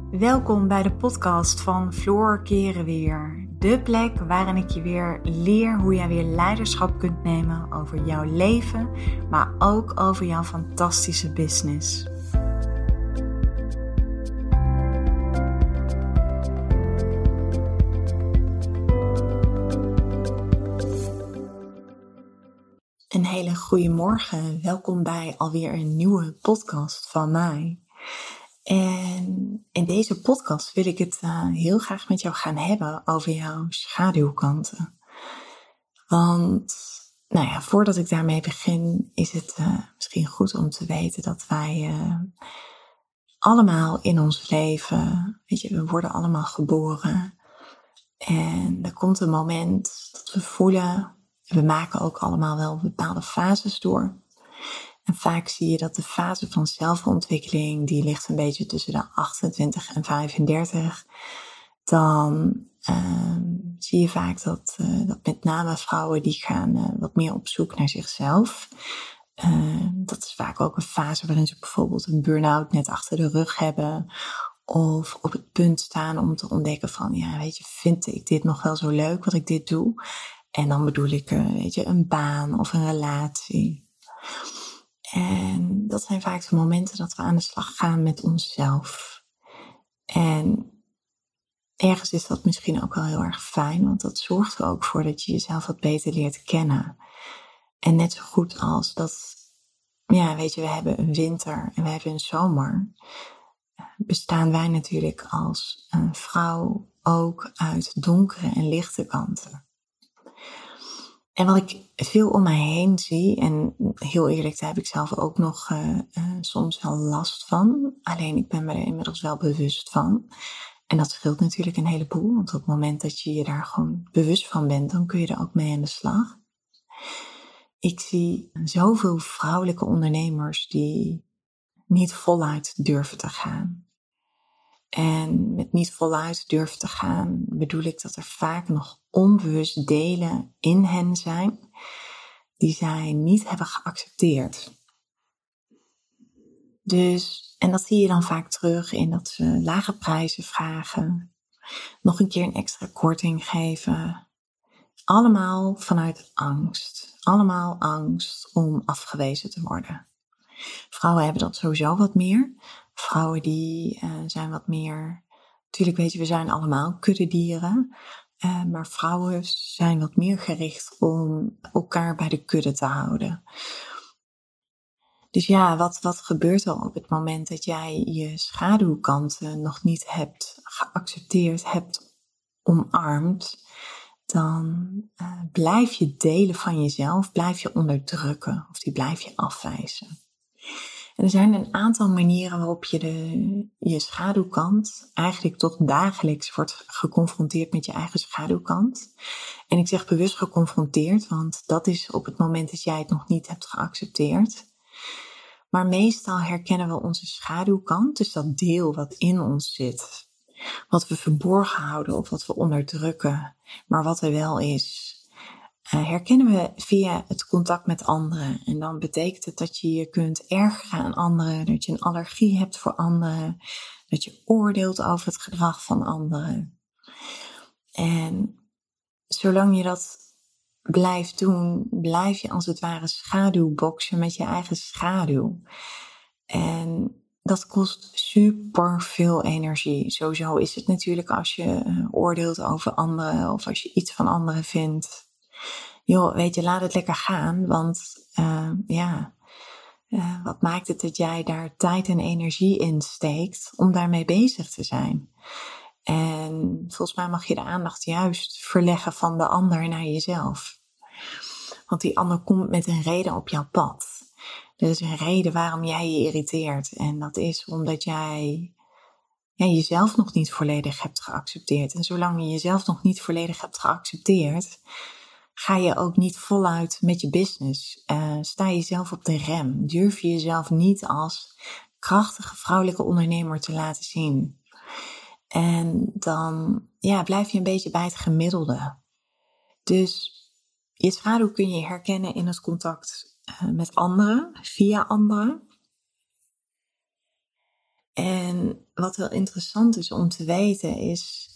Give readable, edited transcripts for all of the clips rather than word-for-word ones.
Welkom bij de podcast van Floor Keren Weer. De plek waarin ik je weer leer hoe jij weer leiderschap kunt nemen over jouw leven, maar ook over jouw fantastische business. Een hele goede morgen. Welkom bij alweer een nieuwe podcast van mij. En in deze podcast wil ik het heel graag met jou gaan hebben over jouw schaduwkanten. Want, voordat ik daarmee begin, is het misschien goed om te weten dat wij allemaal in ons leven, we worden allemaal geboren. En er komt een moment dat we voelen, we maken ook allemaal wel bepaalde fases door. En vaak zie je dat de fase van zelfontwikkeling, die ligt een beetje tussen de 28 en 35. Dan zie je vaak dat met name vrouwen die gaan wat meer op zoek naar zichzelf. Dat is vaak ook een fase waarin ze bijvoorbeeld een burn-out net achter de rug hebben. Of op het punt staan om te ontdekken van, vind ik dit nog wel zo leuk wat ik dit doe? En dan bedoel ik, een baan of een relatie. En dat zijn vaak de momenten dat we aan de slag gaan met onszelf. En ergens is dat misschien ook wel heel erg fijn, want dat zorgt er ook voor dat je jezelf wat beter leert kennen. En net zo goed als dat, we hebben een winter en we hebben een zomer, bestaan wij natuurlijk als een vrouw ook uit donkere en lichte kanten. En wat ik veel om mij heen zie, en heel eerlijk, daar heb ik zelf ook nog soms wel last van. Alleen ik ben me er inmiddels wel bewust van. En dat scheelt natuurlijk een heleboel, want op het moment dat je je daar gewoon bewust van bent, dan kun je er ook mee aan de slag. Ik zie zoveel vrouwelijke ondernemers die niet voluit durven te gaan. En met niet voluit durven te gaan bedoel ik dat er vaak nog onbewust delen in hen zijn die zij niet hebben geaccepteerd. Dus, en dat zie je dan vaak terug in dat ze lage prijzen vragen, nog een keer een extra korting geven. Allemaal vanuit angst. Allemaal angst om afgewezen te worden. Vrouwen hebben dat sowieso wat meer. Vrouwen die zijn wat meer, natuurlijk we zijn allemaal kuddedieren. Maar vrouwen zijn wat meer gericht om elkaar bij de kudde te houden. Dus wat gebeurt er op het moment dat jij je schaduwkanten nog niet hebt geaccepteerd, hebt omarmd? Dan blijf je delen van jezelf, blijf je onderdrukken of die blijf je afwijzen. En er zijn een aantal manieren waarop je je schaduwkant eigenlijk toch dagelijks wordt geconfronteerd met je eigen schaduwkant. En ik zeg bewust geconfronteerd, want dat is op het moment dat jij het nog niet hebt geaccepteerd. Maar meestal herkennen we onze schaduwkant, dus dat deel wat in ons zit. Wat we verborgen houden of wat we onderdrukken, maar wat er wel is. Herkennen we via het contact met anderen. En dan betekent het dat je je kunt ergeren aan anderen, dat je een allergie hebt voor anderen, dat je oordeelt over het gedrag van anderen. En zolang je dat blijft doen, blijf je als het ware schaduwboksen met je eigen schaduw. En dat kost super veel energie. Sowieso is het natuurlijk als je oordeelt over anderen of als je iets van anderen vindt. Laat het lekker gaan, want wat maakt het dat jij daar tijd en energie in steekt om daarmee bezig te zijn? En volgens mij mag je de aandacht juist verleggen van de ander naar jezelf. Want die ander komt met een reden op jouw pad. Er is een reden waarom jij je irriteert. En dat is omdat jij jezelf nog niet volledig hebt geaccepteerd. En zolang je jezelf nog niet volledig hebt geaccepteerd, ga je ook niet voluit met je business. Sta je jezelf op de rem. Durf je jezelf niet als krachtige vrouwelijke ondernemer te laten zien. En dan blijf je een beetje bij het gemiddelde. Dus je schaduw kun je herkennen in het contact met anderen, via anderen. En wat wel interessant is om te weten is,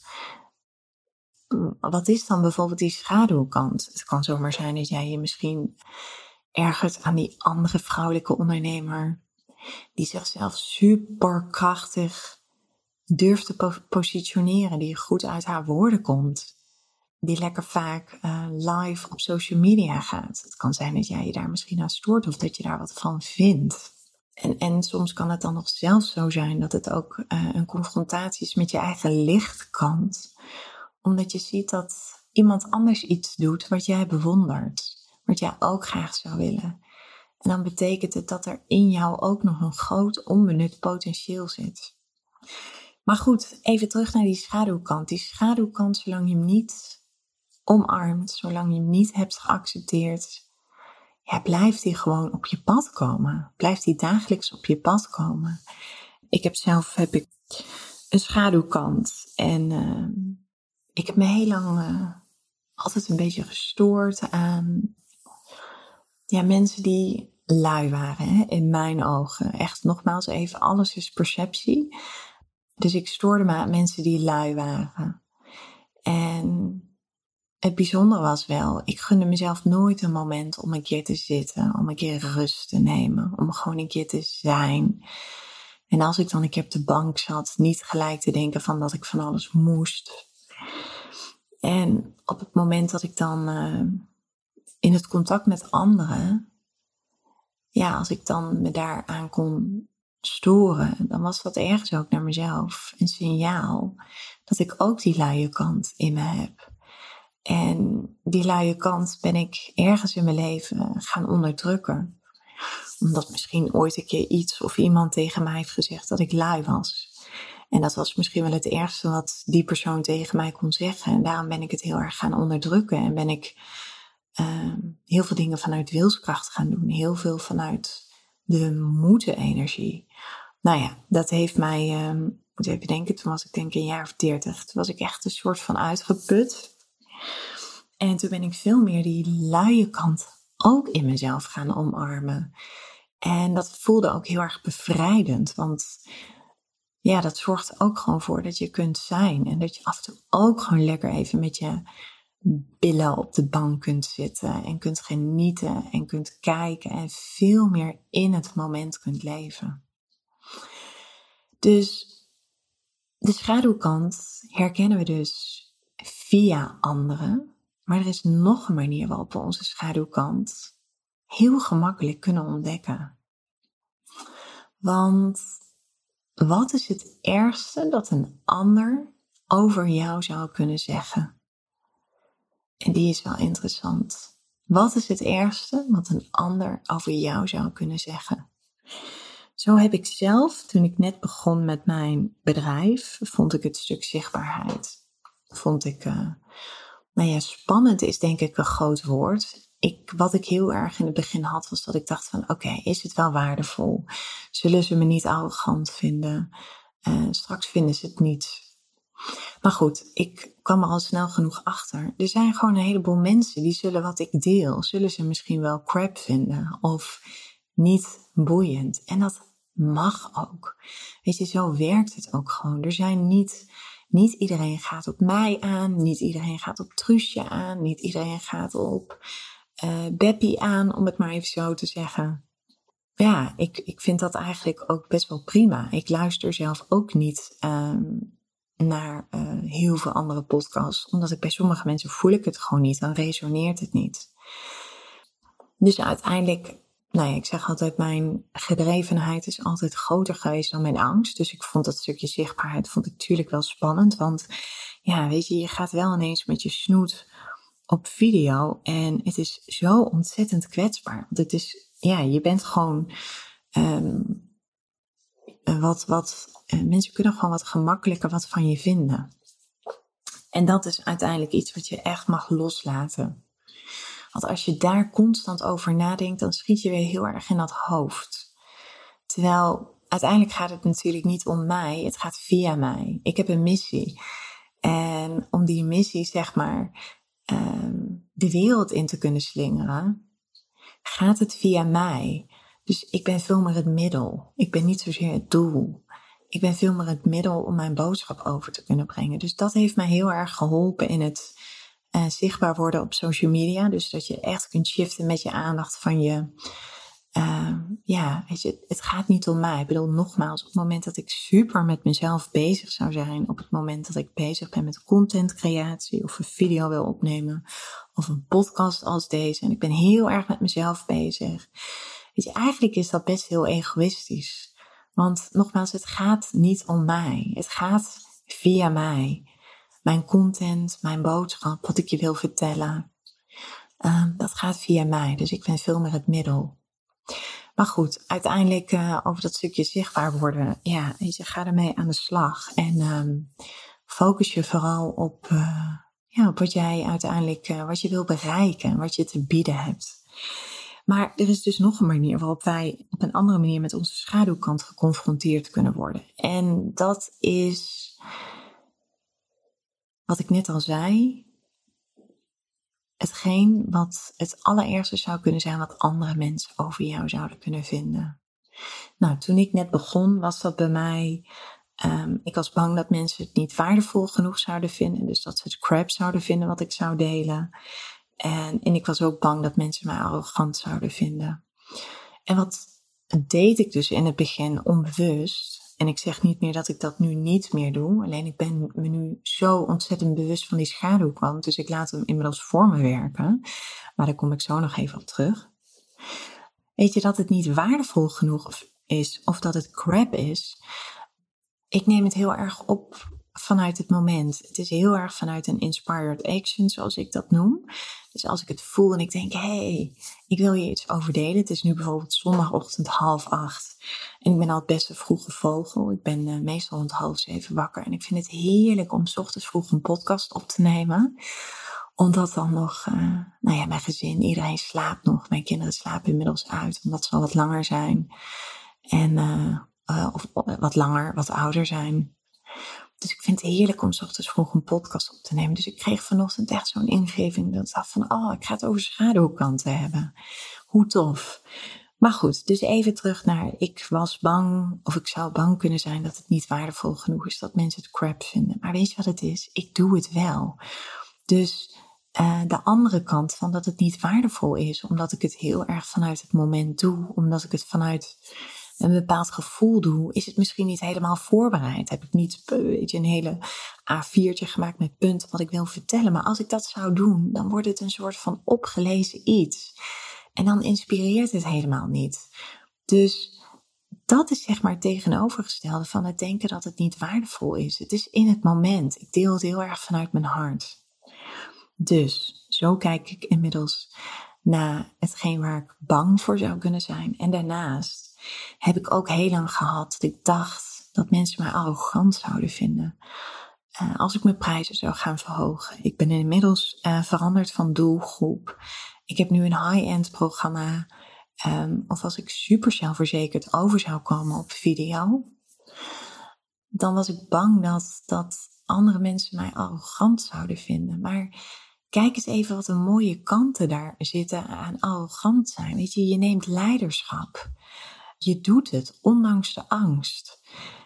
wat is dan bijvoorbeeld die schaduwkant? Het kan zomaar zijn dat jij je misschien ergert aan die andere vrouwelijke ondernemer, die zichzelf super krachtig durft te positioneren, die goed uit haar woorden komt, die lekker vaak live op social media gaat. Het kan zijn dat jij je daar misschien aan stoort of dat je daar wat van vindt. En soms kan het dan nog zelfs zo zijn dat het ook een confrontatie is met je eigen lichtkant. Omdat je ziet dat iemand anders iets doet wat jij bewondert. Wat jij ook graag zou willen. En dan betekent het dat er in jou ook nog een groot onbenut potentieel zit. Maar goed, even terug naar die schaduwkant. Die schaduwkant, zolang je hem niet omarmt, zolang je hem niet hebt geaccepteerd, ja, blijft die gewoon op je pad komen. Blijft die dagelijks op je pad komen. Ik heb zelf een schaduwkant. En ik heb me heel lang altijd een beetje gestoord aan mensen die lui waren, hè, in mijn ogen. Echt, nogmaals even, alles is perceptie. Dus ik stoorde me aan mensen die lui waren. En het bijzondere was wel, ik gunde mezelf nooit een moment om een keer te zitten, om een keer rust te nemen, om gewoon een keer te zijn. En als ik dan een keer op de bank zat, niet gelijk te denken van dat ik van alles moest. En op het moment dat ik dan in het contact met anderen, ja, als ik dan me daaraan kon storen, dan was dat ergens ook naar mezelf een signaal dat ik ook die luie kant in me heb. En die luie kant ben ik ergens in mijn leven gaan onderdrukken. Omdat misschien ooit een keer iets of iemand tegen mij heeft gezegd dat ik lui was. En dat was misschien wel het ergste wat die persoon tegen mij kon zeggen. En daarom ben ik het heel erg gaan onderdrukken. En ben ik heel veel dingen vanuit wilskracht gaan doen. Heel veel vanuit de moeten-energie. Nou ja, dat heeft mij, moet even denken, toen was ik denk een jaar of 30. Toen was ik echt een soort van uitgeput. En toen ben ik veel meer die luie kant ook in mezelf gaan omarmen. En dat voelde ook heel erg bevrijdend. Want ja, dat zorgt er ook gewoon voor dat je kunt zijn. En dat je af en toe ook gewoon lekker even met je billen op de bank kunt zitten. En kunt genieten en kunt kijken. En veel meer in het moment kunt leven. Dus de schaduwkant herkennen we dus via anderen. Maar er is nog een manier waarop we onze schaduwkant heel gemakkelijk kunnen ontdekken. Want wat is het ergste dat een ander over jou zou kunnen zeggen? En die is wel interessant. Wat is het ergste wat een ander over jou zou kunnen zeggen? Zo heb ik zelf, toen ik net begon met mijn bedrijf, vond ik het stuk zichtbaarheid. Vond ik, spannend is denk ik een groot woord. Wat ik heel erg in het begin had, was dat ik dacht van oké, is het wel waardevol? Zullen ze me niet arrogant vinden? Straks vinden ze het niet. Maar goed, ik kwam er al snel genoeg achter. Er zijn gewoon een heleboel mensen die zullen wat ik deel, zullen ze misschien wel crap vinden of niet boeiend. En dat mag ook. Weet je, zo werkt het ook gewoon. Er zijn niet iedereen gaat op mij aan, niet iedereen gaat op Truusje aan, niet iedereen gaat op Beppie aan, om het maar even zo te zeggen. Ja, ik vind dat eigenlijk ook best wel prima. Ik luister zelf ook niet naar heel veel andere podcasts, omdat ik bij sommige mensen voel ik het gewoon niet, dan resoneert het niet. Dus uiteindelijk, ik zeg altijd, mijn gedrevenheid is altijd groter geweest dan mijn angst. Dus ik vond dat stukje zichtbaarheid natuurlijk wel spannend. Want ja, weet je gaat wel ineens met je snoet op video. En het is zo ontzettend kwetsbaar. Want het is, je bent gewoon mensen kunnen gewoon wat gemakkelijker wat van je vinden. En dat is uiteindelijk iets wat je echt mag loslaten. Want als je daar constant over nadenkt, dan schiet je weer heel erg in dat hoofd. Terwijl uiteindelijk gaat het natuurlijk niet om mij, het gaat via mij. Ik heb een missie. En om die missie, de wereld in te kunnen slingeren, gaat het via mij. Dus ik ben veel meer het middel. Ik ben niet zozeer het doel. ik ben veel meer het middel om mijn boodschap over te kunnen brengen. Dus dat heeft mij heel erg geholpen in het zichtbaar worden op social media. Dus dat je echt kunt shiften met je aandacht van je... weet je, het gaat niet om mij. Ik bedoel, nogmaals, op het moment dat ik super met mezelf bezig zou zijn, op het moment dat ik bezig ben met contentcreatie of een video wil opnemen of een podcast als deze en ik ben heel erg met mezelf bezig. Weet je, eigenlijk is dat best heel egoïstisch. Want nogmaals, het gaat niet om mij. Het gaat via mij. Mijn content, mijn boodschap, wat ik je wil vertellen. Dat gaat via mij. Dus ik ben veel meer het middel. Maar goed, uiteindelijk over dat stukje zichtbaar worden. Ja, weet je, ga ermee aan de slag. En focus je vooral op wat jij uiteindelijk, wat je wil bereiken. En wat je te bieden hebt. Maar er is dus nog een manier waarop wij op een andere manier met onze schaduwkant geconfronteerd kunnen worden. En dat is, wat ik net al zei, hetgeen wat het allerergste zou kunnen zijn wat andere mensen over jou zouden kunnen vinden. Nou, toen ik net begon was dat bij mij, ik was bang dat mensen het niet waardevol genoeg zouden vinden. Dus dat ze het crap zouden vinden wat ik zou delen. En ik was ook bang dat mensen mij arrogant zouden vinden. En wat deed ik dus in het begin onbewust. En ik zeg niet meer dat ik dat nu niet meer doe. Alleen ik ben me nu zo ontzettend bewust van die schaduwkant. Dus ik laat hem inmiddels voor me werken. Maar daar kom ik zo nog even op terug. Weet je dat het niet waardevol genoeg is of dat het crap is? Ik neem het heel erg op vanuit het moment. Het is heel erg vanuit een inspired action, zoals ik dat noem. Dus als ik het voel en ik denk, hey, ik wil hier iets over delen. Het is nu bijvoorbeeld zondagochtend 7:30. En ik ben al het beste vroege vogel. Ik ben meestal rond 6:30 wakker. En ik vind het heerlijk om 's ochtends vroeg een podcast op te nemen. Omdat dan nog, mijn gezin, iedereen slaapt nog. Mijn kinderen slapen inmiddels uit, omdat ze al wat langer zijn. En, of wat langer, wat ouder zijn. Dus ik vind het heerlijk om 's ochtends vroeg een podcast op te nemen. Dus ik kreeg vanochtend echt zo'n ingeving dat ik dacht van, ik ga het over schaduwkanten hebben. Hoe tof. Maar goed, dus even terug naar, ik was bang, of ik zou bang kunnen zijn dat het niet waardevol genoeg is, dat mensen het crap vinden. Maar weet je wat het is? Ik doe het wel. Dus de andere kant van dat het niet waardevol is, omdat ik het heel erg vanuit het moment doe, omdat ik het vanuit een bepaald gevoel doe, is het misschien niet helemaal voorbereid. Heb ik niet een hele A4'tje gemaakt met punten wat ik wil vertellen. Maar als ik dat zou doen, dan wordt het een soort van opgelezen iets. En dan inspireert het helemaal niet. Dus dat is zeg maar het tegenovergestelde van het denken dat het niet waardevol is. Het is in het moment. Ik deel het heel erg vanuit mijn hart. Dus zo kijk ik inmiddels naar hetgeen waar ik bang voor zou kunnen zijn. En daarnaast heb ik ook heel lang gehad dat ik dacht dat mensen mij arrogant zouden vinden. Als ik mijn prijzen zou gaan verhogen. Ik ben inmiddels veranderd van doelgroep. Ik heb nu een high-end programma. Of als ik super zelfverzekerd over zou komen op video, dan was ik bang dat andere mensen mij arrogant zouden vinden. Maar kijk eens even wat een mooie kanten daar zitten aan arrogant zijn. Weet je neemt leiderschap. Je doet het, ondanks de angst.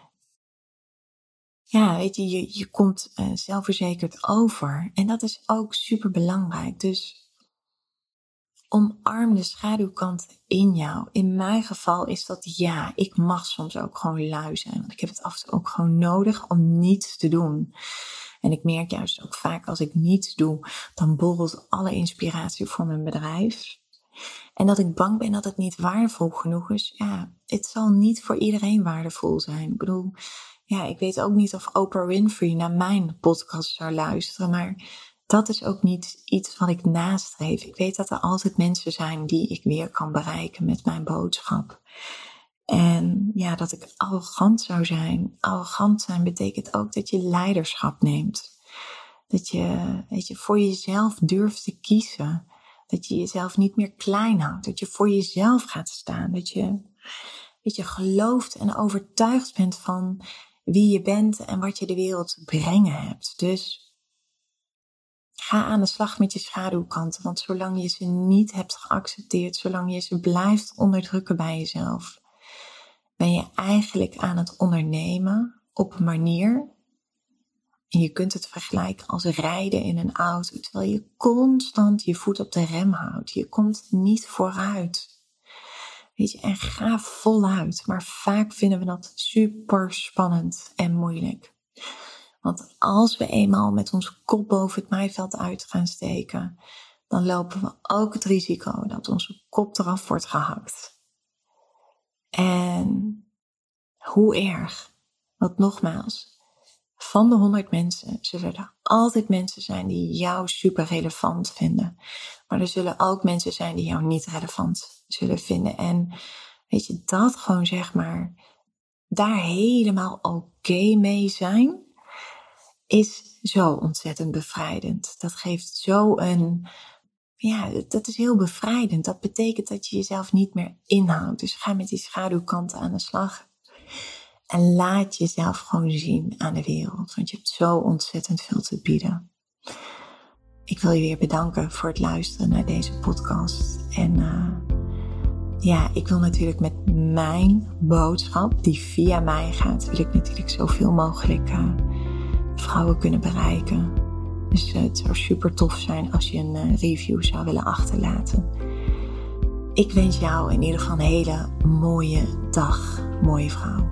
Ja, weet je komt zelfverzekerd over. En dat is ook super belangrijk. Dus omarm de schaduwkant in jou. In mijn geval is dat ik mag soms ook gewoon lui zijn. Want ik heb het af en toe ook gewoon nodig om niets te doen. En ik merk juist ook vaak als ik niets doe, dan borrelt alle inspiratie voor mijn bedrijf. En dat ik bang ben dat het niet waardevol genoeg is. Ja, het zal niet voor iedereen waardevol zijn. Ik bedoel, ik weet ook niet of Oprah Winfrey naar mijn podcast zou luisteren. Maar dat is ook niet iets wat ik nastreef. Ik weet dat er altijd mensen zijn die ik weer kan bereiken met mijn boodschap. En dat ik arrogant zou zijn. Arrogant zijn betekent ook dat je leiderschap neemt. Dat je voor jezelf durft te kiezen. Dat je jezelf niet meer klein houdt. Dat je voor jezelf gaat staan. Dat je gelooft en overtuigd bent van wie je bent en wat je de wereld te brengen hebt. Dus ga aan de slag met je schaduwkanten. Want zolang je ze niet hebt geaccepteerd, zolang je ze blijft onderdrukken bij jezelf, ben je eigenlijk aan het ondernemen op een manier. En je kunt het vergelijken als rijden in een auto, terwijl je constant je voet op de rem houdt. Je komt niet vooruit. Weet je, en ga voluit. Maar vaak vinden we dat super spannend en moeilijk. Want als we eenmaal met onze kop boven het maaiveld uit gaan steken, dan lopen we ook het risico dat onze kop eraf wordt gehakt. En hoe erg? Want nogmaals, van de 100 mensen zullen er altijd mensen zijn die jou super relevant vinden. Maar er zullen ook mensen zijn die jou niet relevant zullen vinden. En weet je, dat gewoon zeg maar, daar helemaal oké mee zijn, is zo ontzettend bevrijdend. Dat geeft zo een, dat is heel bevrijdend. Dat betekent dat je jezelf niet meer inhoudt. Dus ga met die schaduwkanten aan de slag. En laat jezelf gewoon zien aan de wereld. Want je hebt zo ontzettend veel te bieden. Ik wil je weer bedanken voor het luisteren naar deze podcast. En ik wil natuurlijk met mijn boodschap, die via mij gaat, wil ik natuurlijk zoveel mogelijk vrouwen kunnen bereiken. Dus het zou super tof zijn als je een review zou willen achterlaten. Ik wens jou in ieder geval een hele mooie dag, mooie vrouw.